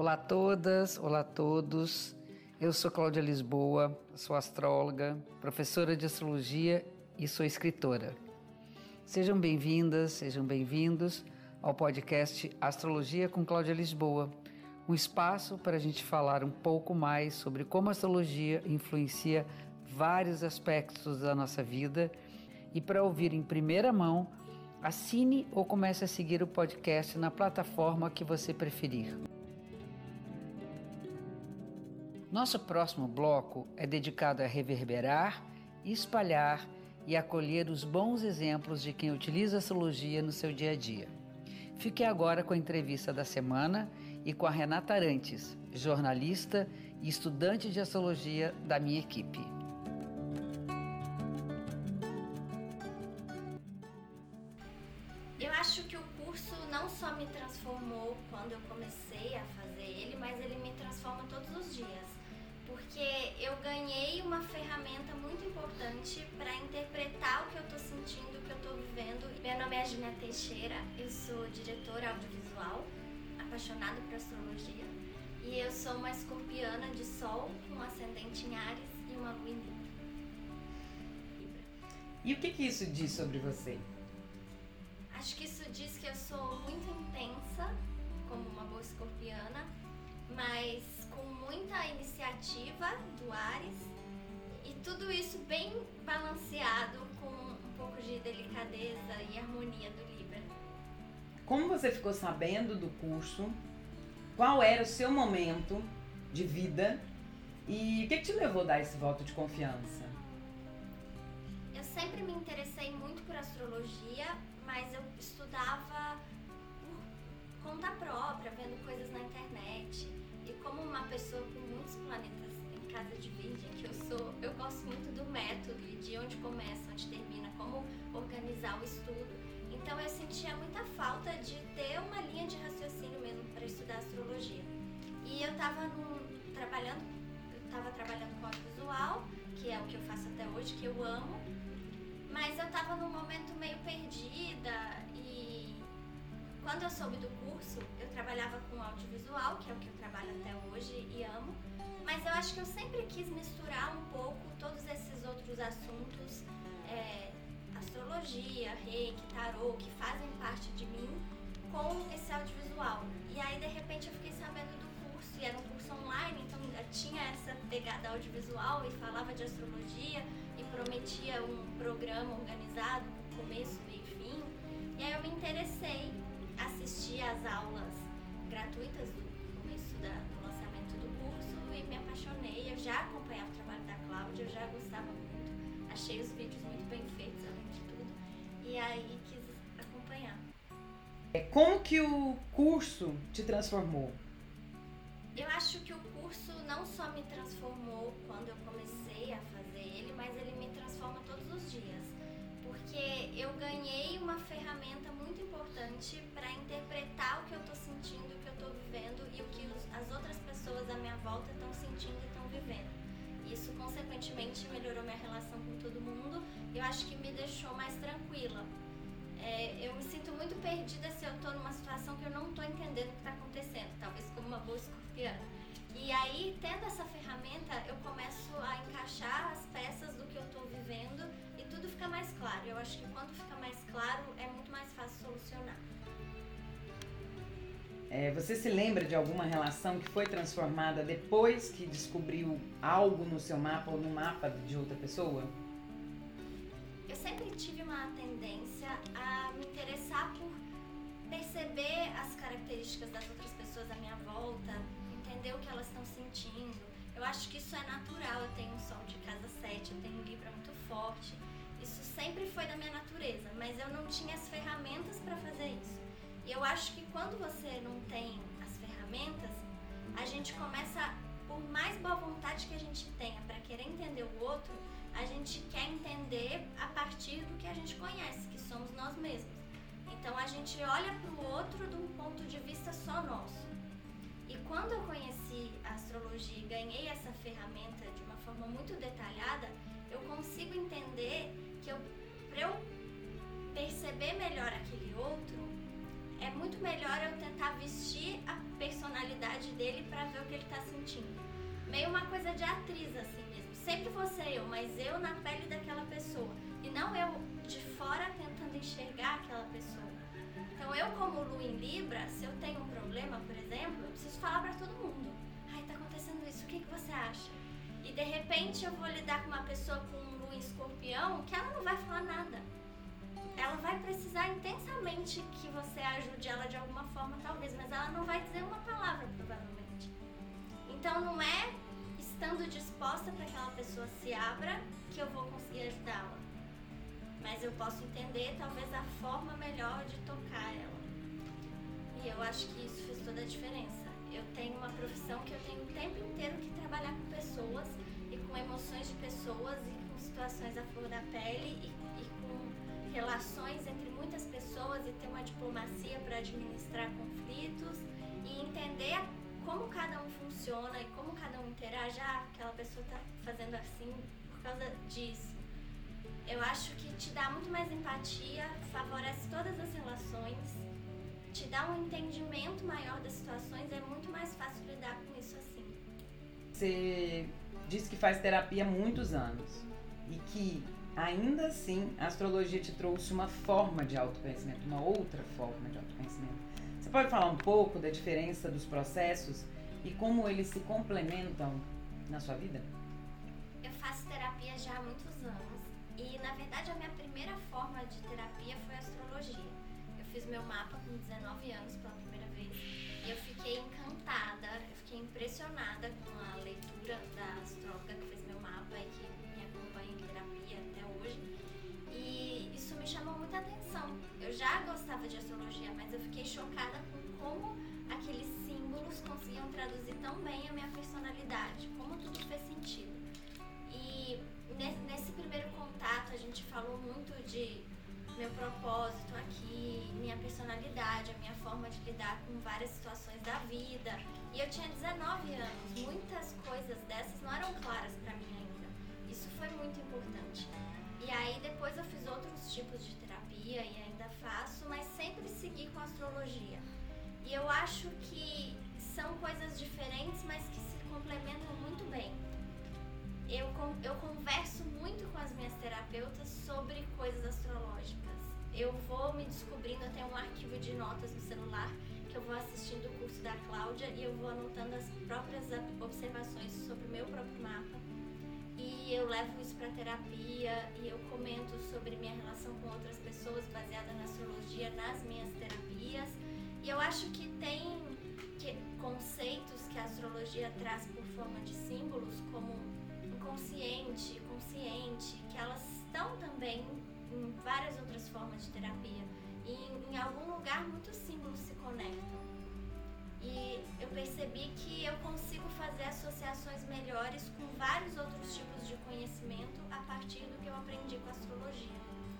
Olá a todas, olá a todos. Eu sou Cláudia Lisboa, sou astróloga, professora de astrologia e sou escritora. Sejam bem-vindas, sejam bem-vindos ao podcast Astrologia com Cláudia Lisboa, um espaço para a gente falar um pouco mais sobre como a astrologia influencia vários aspectos da nossa vida. E para ouvir em primeira mão, assine ou comece a seguir o podcast na plataforma que você preferir. Nosso próximo bloco é dedicado a reverberar, espalhar e acolher os bons exemplos de quem utiliza a astrologia no seu dia a dia. Fique agora com a entrevista da semana e com a Renata Arantes, jornalista e estudante de astrologia da minha equipe. Eu acho que o curso não só me transformou quando eu comecei a fazer ele, mas ele me transforma todos os dias. Porque eu ganhei uma ferramenta muito importante para interpretar o que eu estou sentindo, o que eu estou vivendo. Meu nome é Gina Teixeira, eu sou diretora audiovisual, apaixonada por astrologia. E eu sou uma escorpiana de sol, com ascendente em Áries e uma lua em Libra. E o que isso diz sobre você? Acho que isso diz que eu sou muito intensa, como uma boa escorpiana, mas com muita iniciativa do Áries e tudo isso bem balanceado com um pouco de delicadeza e harmonia do Libra. Como você ficou sabendo do curso? Qual era o seu momento de vida? E o que te levou a dar esse voto de confiança? Eu sempre me interessei muito por astrologia, mas eu estudava por conta própria, vendo coisas na internet. E como uma pessoa com muitos planetas em casa de Virgem que eu sou, eu gosto muito do método e de onde começa, onde termina, como organizar o estudo. Então eu sentia muita falta de ter uma linha de raciocínio mesmo para estudar astrologia. E eu estava trabalhando com audiovisual, que é o que eu faço até hoje, que eu amo. Mas eu estava num momento meio perdida e quando eu soube do curso, eu trabalhava com audiovisual, que é o que eu trabalho até hoje e amo, mas eu acho que eu sempre quis misturar um pouco todos esses outros assuntos, astrologia, reiki, tarô, que fazem parte de mim, com esse audiovisual. E aí, de repente, eu fiquei sabendo do curso, e era um curso online, então tinha essa pegada audiovisual e falava de astrologia e prometia um programa organizado, com começo, meio e fim. E aí eu me interessei, assisti às aulas gratuitas do começo do lançamento do curso e me apaixonei. Eu já acompanhava o trabalho da Cláudia, eu já gostava muito, achei os vídeos muito bem feitos, além de tudo, e aí quis acompanhar. Como que o curso te transformou? Eu acho que o curso não só me transformou quando eu comecei a fazer ele, mas ele me transforma todos os dias. Porque eu ganhei uma ferramenta muito importante para interpretar o que eu estou sentindo, o que eu estou vivendo e o que as outras pessoas à minha volta estão sentindo e estão vivendo. Isso, consequentemente, melhorou minha relação com todo mundo e eu acho que me deixou mais tranquila. Eu me sinto muito perdida se eu estou numa situação que eu não estou entendendo o que está acontecendo, talvez como uma boa escorpiana. E aí, tendo essa ferramenta, eu começo a encaixar as peças do que eu estou vivendo e tudo fica mais claro. Eu acho que quando fica mais claro, é muito mais fácil solucionar. Você se lembra de alguma relação que foi transformada depois que descobriu algo no seu mapa ou no mapa de outra pessoa? Eu sempre tive uma tendência a me interessar por perceber as características das outras pessoas à minha volta, entender o que elas estão sentindo. Eu acho que isso é natural, eu tenho um sol de casa 7, eu tenho um Libra muito forte. Isso sempre foi da minha natureza, mas eu não tinha as ferramentas para fazer isso. E eu acho que quando você não tem as ferramentas, a gente começa, por mais boa vontade que a gente tenha para querer entender o outro, a gente quer entender a partir do que a gente conhece, que somos nós mesmos. Então a gente olha para o outro de um ponto de vista só nosso. E quando eu conheci a astrologia e ganhei essa ferramenta de uma forma muito detalhada, eu consigo entender que para eu perceber melhor aquele outro, é muito melhor eu tentar vestir a personalidade dele pra ver o que ele tá sentindo. Meio uma coisa de atriz, assim mesmo. Sempre vou ser eu, mas eu na pele daquela pessoa. E não eu de fora tentando enxergar aquela pessoa. Então eu, como Lu em Libra, se eu tenho um problema, por exemplo, eu preciso falar pra todo mundo. Ai, tá acontecendo isso, o que você acha? E de repente eu vou lidar com uma pessoa com um Lu em Escorpião que ela não vai falar nada. Ela vai precisar intensamente que você ajude ela de alguma forma, talvez, mas ela não vai dizer uma palavra, provavelmente. Então não é estando disposta para que aquela pessoa se abra que eu vou conseguir ajudá-la. Mas eu posso entender, talvez, a forma melhor de tocar ela. E eu acho que isso fez toda a diferença. Eu tenho uma profissão que eu tenho o tempo inteiro que trabalhar com pessoas e com emoções de pessoas e com situações à flor da pele e com relações entre muitas pessoas e ter uma diplomacia para administrar conflitos e entender como cada um funciona e como cada um interage. Aquela pessoa está fazendo assim por causa disso. Eu acho que te dá muito mais empatia, favorece todas as relações, te dá um entendimento maior das situações, é muito mais fácil lidar com isso assim. Você disse que faz terapia há muitos anos e que, ainda assim, a astrologia te trouxe uma forma de autoconhecimento, uma outra forma de autoconhecimento. Você pode falar um pouco da diferença dos processos e como eles se complementam na sua vida? Eu faço terapia já há muitos anos. E, na verdade, a minha primeira forma de terapia foi a astrologia. Eu fiz meu mapa com 19 anos pela primeira vez e eu fiquei encantada, eu fiquei impressionada com a leitura da astróloga que fez meu mapa e que me acompanha em terapia até hoje. E isso me chamou muita atenção. Eu já gostava de astrologia, mas eu fiquei chocada com como aqueles símbolos conseguiam traduzir tão bem a minha personalidade, como tudo fez sentido. E nesse primeiro contato a gente falou muito de meu propósito aqui, minha personalidade, a minha forma de lidar com várias situações da vida. E eu tinha 19 anos, muitas coisas dessas não eram claras pra mim ainda. Isso foi muito importante. E aí depois eu fiz outros tipos de terapia e ainda faço, mas sempre segui com a astrologia. E eu acho que são coisas diferentes, mas que se complementam muito bem. Eu converso muito com as minhas terapeutas sobre coisas astrológicas. Eu vou me descobrindo, eu tenho um arquivo de notas no celular que eu vou assistindo o curso da Cláudia e eu vou anotando as próprias observações sobre o meu próprio mapa. E eu levo isso para terapia e eu comento sobre minha relação com outras pessoas baseada na astrologia nas minhas terapias. E eu acho que tem conceitos que a astrologia traz por forma de símbolos, como inconsciente, consciente, que elas estão também em várias outras formas de terapia. E em algum lugar muitos símbolos se conectam. E eu percebi que eu consigo fazer associações melhores com vários outros tipos de conhecimento a partir do que eu aprendi com a astrologia.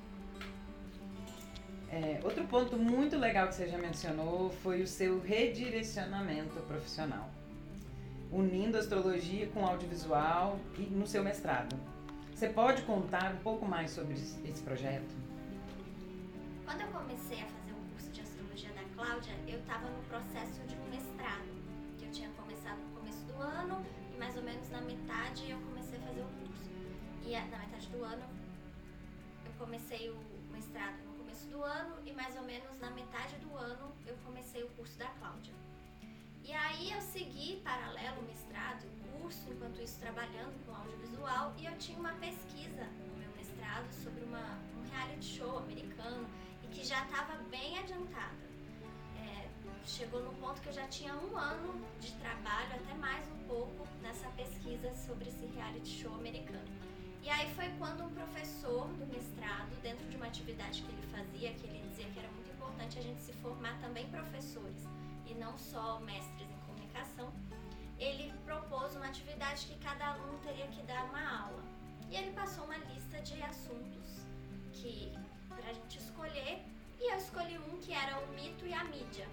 Outro ponto muito legal que você já mencionou foi o seu redirecionamento profissional, unindo a astrologia com o audiovisual e no seu mestrado. Você pode contar um pouco mais sobre esse projeto? Quando eu comecei a fazer o curso de astrologia da Cláudia, eu estava no processo de um mestrado, que eu tinha começado no começo do ano e mais ou menos na metade eu comecei a fazer o curso. E na metade do ano eu comecei o mestrado no começo do ano e mais ou menos na metade do ano eu comecei o curso da Cláudia. E aí eu segui paralelo o mestrado e o curso, enquanto isso trabalhando com audiovisual, e eu tinha uma pesquisa no meu mestrado sobre um reality show americano e que já estava bem adiantada. Chegou no ponto que eu já tinha 1 ano de trabalho, até mais um pouco, nessa pesquisa sobre esse reality show americano. E aí foi quando um professor do mestrado, dentro de uma atividade que ele fazia, que ele dizia que era muito importante a gente se formar também professores, e não só mestres em comunicação, ele propôs uma atividade que cada aluno teria que dar uma aula. E ele passou uma lista de assuntos pra gente escolher, e eu escolhi um que era o mito e a mídia.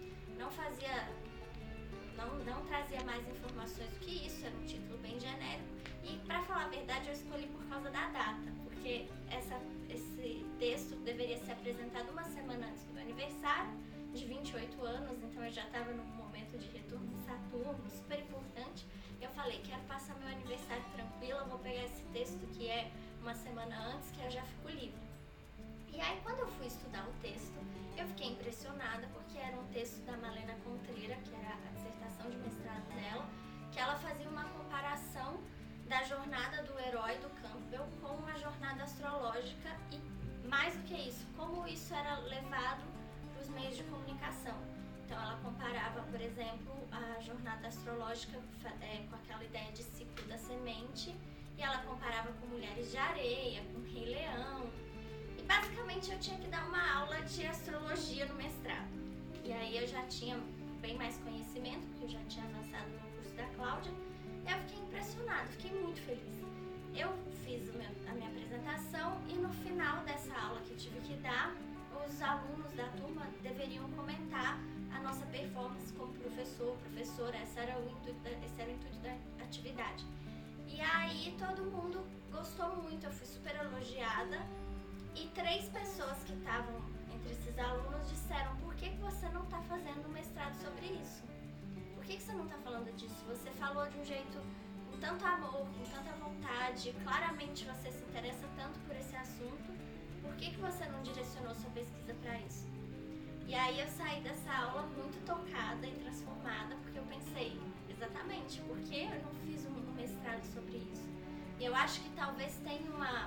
Não trazia mais informações do que isso, era um título bem genérico. E, pra falar a verdade, eu escolhi por causa da data, porque esse texto deveria ser apresentado 1 semana antes do meu aniversário, de 28 anos, então eu já estava num momento de retorno de Saturno, super importante. Eu falei, quero passar meu aniversário tranquila, vou pegar esse texto que é uma semana antes, que eu já fico livre. E aí, quando eu fui estudar o texto, eu fiquei impressionada, porque era um texto da Malena Contreira, que era a dissertação de mestrado dela, que ela fazia uma comparação da jornada do herói do Campbell com uma jornada astrológica e, mais do que isso, como isso era levado para os meios de comunicação. Então, ela comparava, por exemplo, a jornada astrológica com aquela ideia de ciclo da semente, e ela comparava com Mulheres de Areia, com Rei Leão. E, basicamente, eu tinha que dar uma aula de astrologia no mestrado. E aí eu já tinha bem mais conhecimento, porque eu já tinha avançado no curso da Cláudia, e eu fiquei impressionada, fiquei muito feliz. Eu fiz a minha apresentação e no final dessa aula que eu tive que dar, os alunos da turma deveriam comentar a nossa performance como professor, professora, esse era o intuito da atividade. E aí todo mundo gostou muito, eu fui super elogiada e 3 pessoas que estavam entre esses alunos disseram: por que você não está fazendo um mestrado sobre isso? Por que você não está falando disso? Você falou de um jeito com tanto amor, com tanta vontade, claramente você se interessa tanto por esse assunto, por que você não direcionou sua pesquisa para isso? E aí eu saí dessa aula muito tocada e transformada, porque eu pensei, exatamente, por que eu não fiz um mestrado sobre isso? E eu acho que talvez tenha uma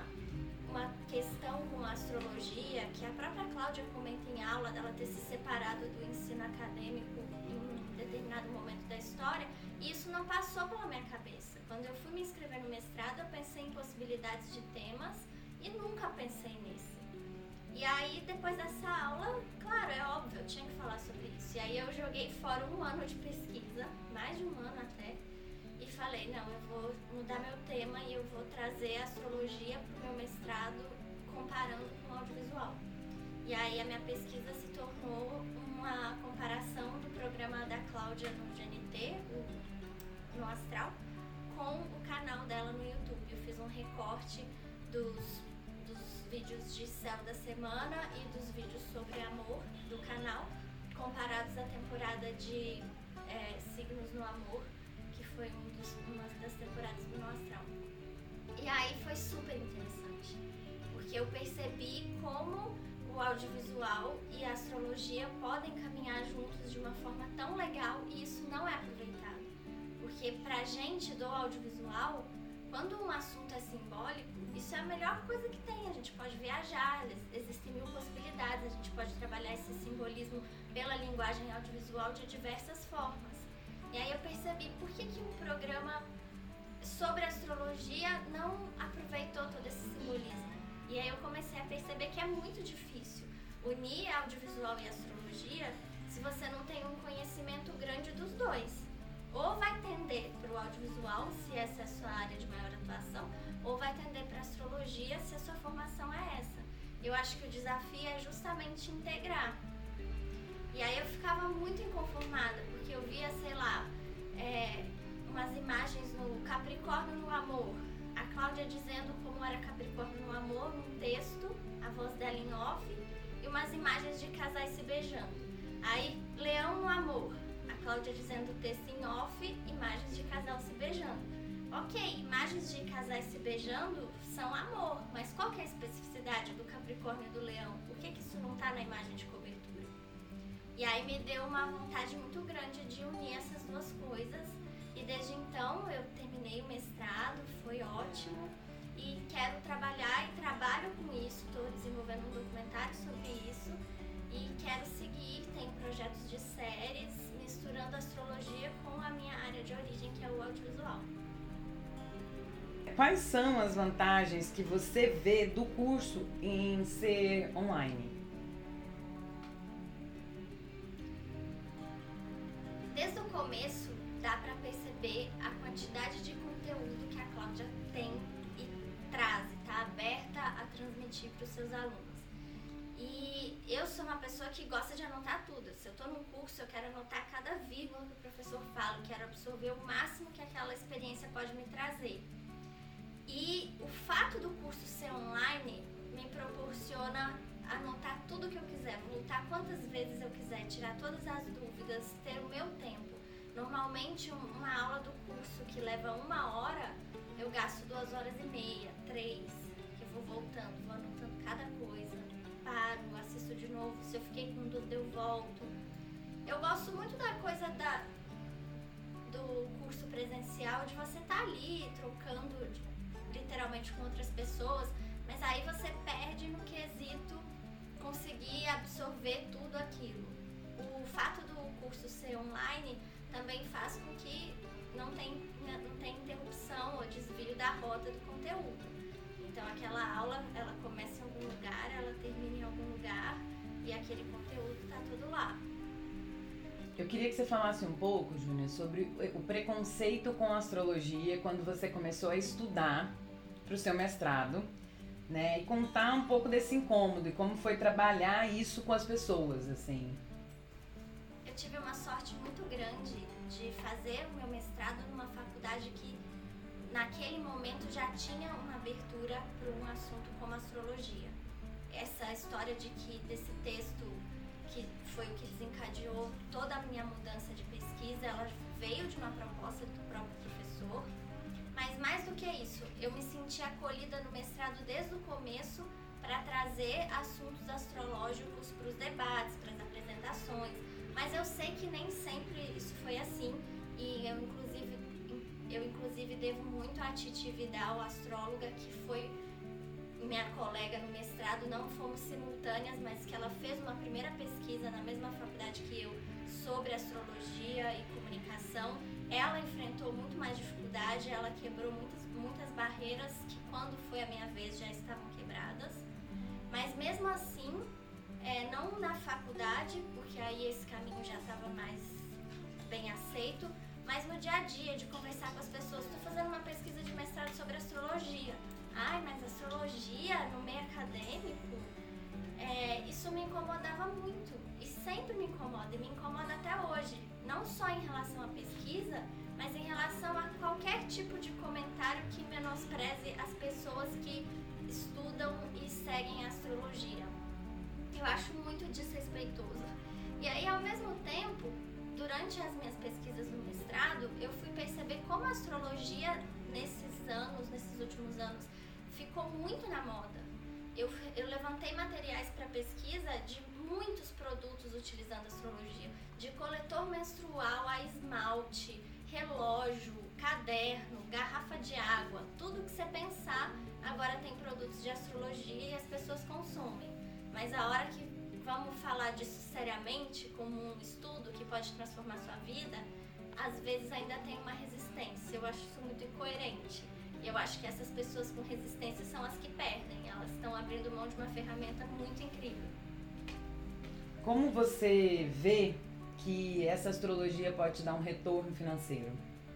questão com a astrologia, que a própria Cláudia comenta em aula, dela ter se separado do ensino acadêmico em um determinado momento da história, e isso não passou pela minha cabeça. Quando eu fui me inscrever no mestrado, eu pensei em possibilidades de temas e nunca pensei nesse. E aí, depois dessa aula, claro, é óbvio, eu tinha que falar sobre isso. E aí eu joguei fora 1 ano de pesquisa, mais de 1 ano até, e falei, não, eu vou mudar meu tema e eu vou trazer astrologia para o meu mestrado comparando com o audiovisual. E aí a minha pesquisa se tornou uma comparação do programa da Cláudia no GNT, no Astral, com o canal dela no YouTube. Eu fiz um recorte dos vídeos de céu da semana e dos vídeos sobre amor do canal, comparados à temporada de signos no amor, que foi uma das temporadas do No Astral. E aí foi super interessante, porque eu percebi como o audiovisual e a astrologia podem caminhar juntos de uma forma tão legal, e isso não é aproveitado. Porque pra gente do audiovisual, quando um assunto é simbólico, isso é a melhor coisa que tem. A gente pode viajar, existem 1000 possibilidades, a gente pode trabalhar esse simbolismo pela linguagem audiovisual de diversas formas. E aí eu percebi por que um programa sobre astrologia não aproveitou todo esse simbolismo. E aí eu comecei a perceber que é muito difícil unir audiovisual e astrologia se você não tem um conhecimento grande dos dois. Ou vai tender para o audiovisual, se essa é a sua área de maior atuação, ou vai tender para a astrologia, se a sua formação é essa. Eu acho que o desafio é justamente integrar. E aí eu ficava muito inconformada, porque eu via, sei lá, umas imagens no Capricórnio no Amor. A Cláudia dizendo como era Capricórnio no Amor, num texto, a voz dela em off, e umas imagens de casais se beijando. Aí, Leão no Amor. A Cláudia dizendo o texto em off, imagens de casal se beijando. Ok, imagens de casais se beijando são amor, mas qual que é a especificidade do Capricórnio e do Leão? Por que isso não está na imagem de cobertura? E aí me deu uma vontade muito grande de unir essas duas coisas, e desde então eu terminei o mestrado, foi ótimo, e quero trabalhar e trabalho com isso, estou desenvolvendo um documentário sobre isso, e quero seguir, tem projetos de séries, misturando astrologia com a minha área de origem, que é o audiovisual. Quais são as vantagens que você vê do curso em ser online? Desde o começo, dá para perceber a quantidade de conteúdo que a Cláudia tem e traz, está aberta a transmitir para os seus alunos. E eu sou uma pessoa que gosta de anotar tudo. Se eu estou num curso, eu quero anotar cada vírgula que o professor fala, eu quero absorver o máximo que aquela experiência pode me trazer. E o fato do curso ser online me proporciona anotar tudo que eu quiser, voltar quantas vezes eu quiser, tirar todas as dúvidas, ter o meu tempo. Normalmente uma aula do curso que leva 1 hora, eu gasto 2 horas e meia, 3, que eu vou voltando, vou anotando cada coisa, paro, assisto de novo, se eu fiquei com dúvida eu volto. Eu gosto muito da coisa do curso presencial, de você estar ali trocando literalmente com outras pessoas, mas aí você perde no quesito conseguir absorver tudo aquilo. O fato do curso ser online também faz com que não tenha interrupção ou desvio da rota do conteúdo. Então aquela aula, ela começa em algum lugar, ela termina em algum lugar e aquele conteúdo está tudo lá. Eu queria que você falasse um pouco, Júnior, sobre o preconceito com a astrologia quando você começou a estudar para o seu mestrado, né? E contar um pouco desse incômodo e como foi trabalhar isso com as pessoas, assim. Eu tive uma sorte muito grande de fazer o meu mestrado numa faculdade que naquele momento já tinha uma abertura para um assunto como astrologia. Essa história desse texto, que foi o que desencadeou toda a minha mudança de pesquisa, ela veio de uma proposta do próprio professor. Mas mais do que isso, eu me senti acolhida no mestrado desde o começo para trazer assuntos astrológicos para os debates, para as apresentações. Mas eu sei que nem sempre isso foi assim, e eu inclusive devo muito à Titi Vidal, astróloga, que foi minha colega no mestrado. Não fomos simultâneas, mas que ela fez uma primeira pesquisa na mesma faculdade que eu sobre astrologia e comunicação. Ela enfrentou muito mais dificuldade, ela quebrou muitas barreiras que quando foi a minha vez já estavam quebradas. Mas mesmo assim, não na faculdade, porque aí esse caminho já estava mais bem aceito, mas no dia a dia, de conversar com as pessoas. Estou fazendo uma pesquisa de mestrado sobre astrologia. Ai, mas astrologia no meio acadêmico, isso me incomodava muito. E sempre me incomoda, e me incomoda até hoje. Não só em relação à pesquisa, mas em relação a qualquer tipo de comentário que menospreze as pessoas que estudam e seguem a astrologia. Eu acho muito desrespeitoso. E aí, ao mesmo tempo, durante as minhas pesquisas no mestrado, eu fui perceber como a astrologia, nesses últimos anos, ficou muito na moda. Eu levantei materiais para pesquisa de muitos produtos utilizando astrologia, de coletor menstrual a esmalte, relógio, caderno, garrafa de água, tudo que você pensar, agora tem produtos de astrologia e as pessoas consomem. Mas a hora que vamos falar disso seriamente, como um estudo que pode transformar sua vida, às vezes ainda tem uma resistência. Eu acho isso muito incoerente. E eu acho que essas pessoas com resistência são as que perdem. Elas estão abrindo mão de uma ferramenta muito incrível. Como você vê que essa astrologia pode te dar um retorno financeiro?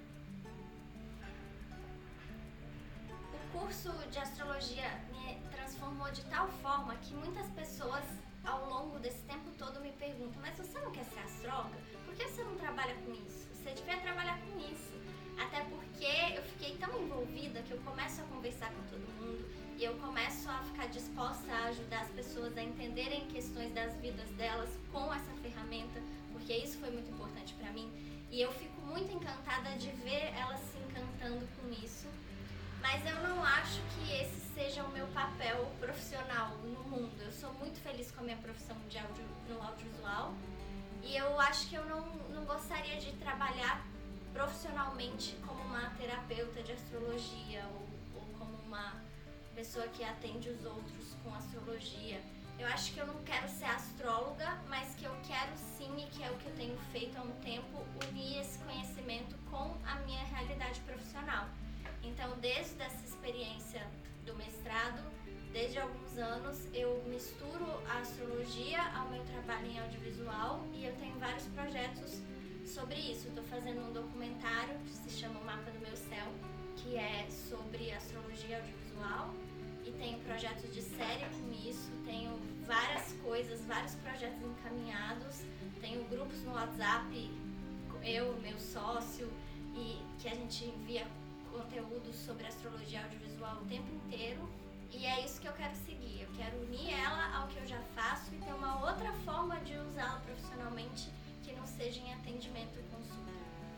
O curso de astrologia me transformou de tal forma que muitas pessoas ao longo desse tempo todo me perguntam: mas você não quer ser astróloga? Por que você não trabalha com isso? Você devia trabalhar com isso. Até porque eu fiquei tão envolvida que eu começo a conversar com todo mundo e eu começo a ficar disposta a ajudar as pessoas a entenderem questões das vidas delas com essa ferramenta, porque isso foi muito importante para mim. E eu fico muito encantada de ver elas se encantando com isso. Mas eu não acho que esse seja o meu papel profissional no mundo. Eu sou muito feliz com a minha profissão no audiovisual e eu acho que eu não gostaria de trabalhar profissionalmente como uma terapeuta de astrologia ou como uma pessoa que atende os outros com astrologia. Eu acho que eu não quero ser astróloga, mas que eu quero sim, e que é o que eu tenho feito há um tempo, unir esse conhecimento com a minha realidade profissional. Então, desde essa experiência do mestrado, desde alguns anos, eu misturo a astrologia ao meu trabalho em audiovisual e eu tenho vários projetos sobre isso. Estou fazendo um documentário que se chama O Mapa do Meu Céu, que é sobre astrologia audiovisual, e tenho projetos de série com isso, tenho várias coisas, vários projetos encaminhados, tenho grupos no WhatsApp, eu, meu sócio, e que a gente envia conteúdo sobre astrologia audiovisual o tempo inteiro. E é isso que eu quero seguir. Eu quero unir ela ao que eu já faço e ter uma outra forma de usá-la profissionalmente que não seja em atendimento e consulta.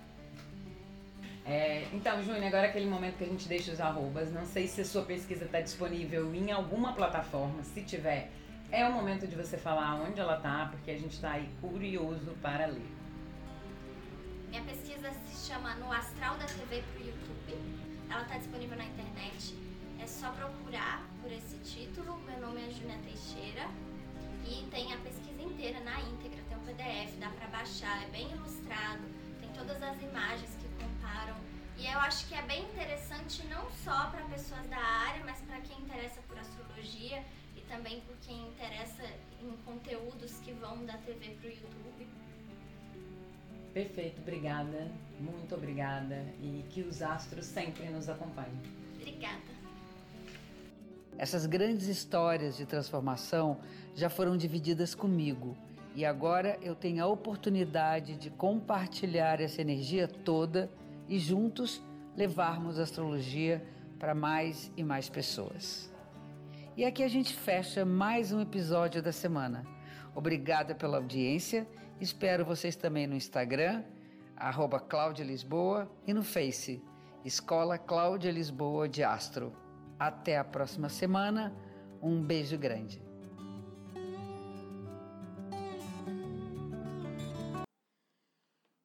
Então, Júnior, agora é aquele momento que a gente deixa os arrobas. Não sei se a sua pesquisa está disponível em alguma plataforma. Se tiver, é o momento de você falar onde ela está, porque a gente está aí curioso para ler. Minha pesquisa se chama No Astral da TV para o YouTube. Ela está disponível na internet. É só procurar por esse título. Meu nome é Júnia Teixeira. E tem a pesquisa inteira na íntegra. Tem um PDF, dá para baixar. É bem ilustrado. Tem todas as imagens que comparam. E eu acho que é bem interessante não só para pessoas da área, mas para quem interessa por astrologia e também por quem interessa em conteúdos que vão da TV para o YouTube. Perfeito, obrigada. Muito obrigada. E que os astros sempre nos acompanhem. Obrigada. Essas grandes histórias de transformação já foram divididas comigo e agora eu tenho a oportunidade de compartilhar essa energia toda e juntos levarmos a astrologia para mais e mais pessoas. E aqui a gente fecha mais um episódio da semana. Obrigada pela audiência, espero vocês também no Instagram, @CláudiaLisboa e no Face, Escola Cláudia Lisboa de Astro. Até a próxima semana, um beijo grande.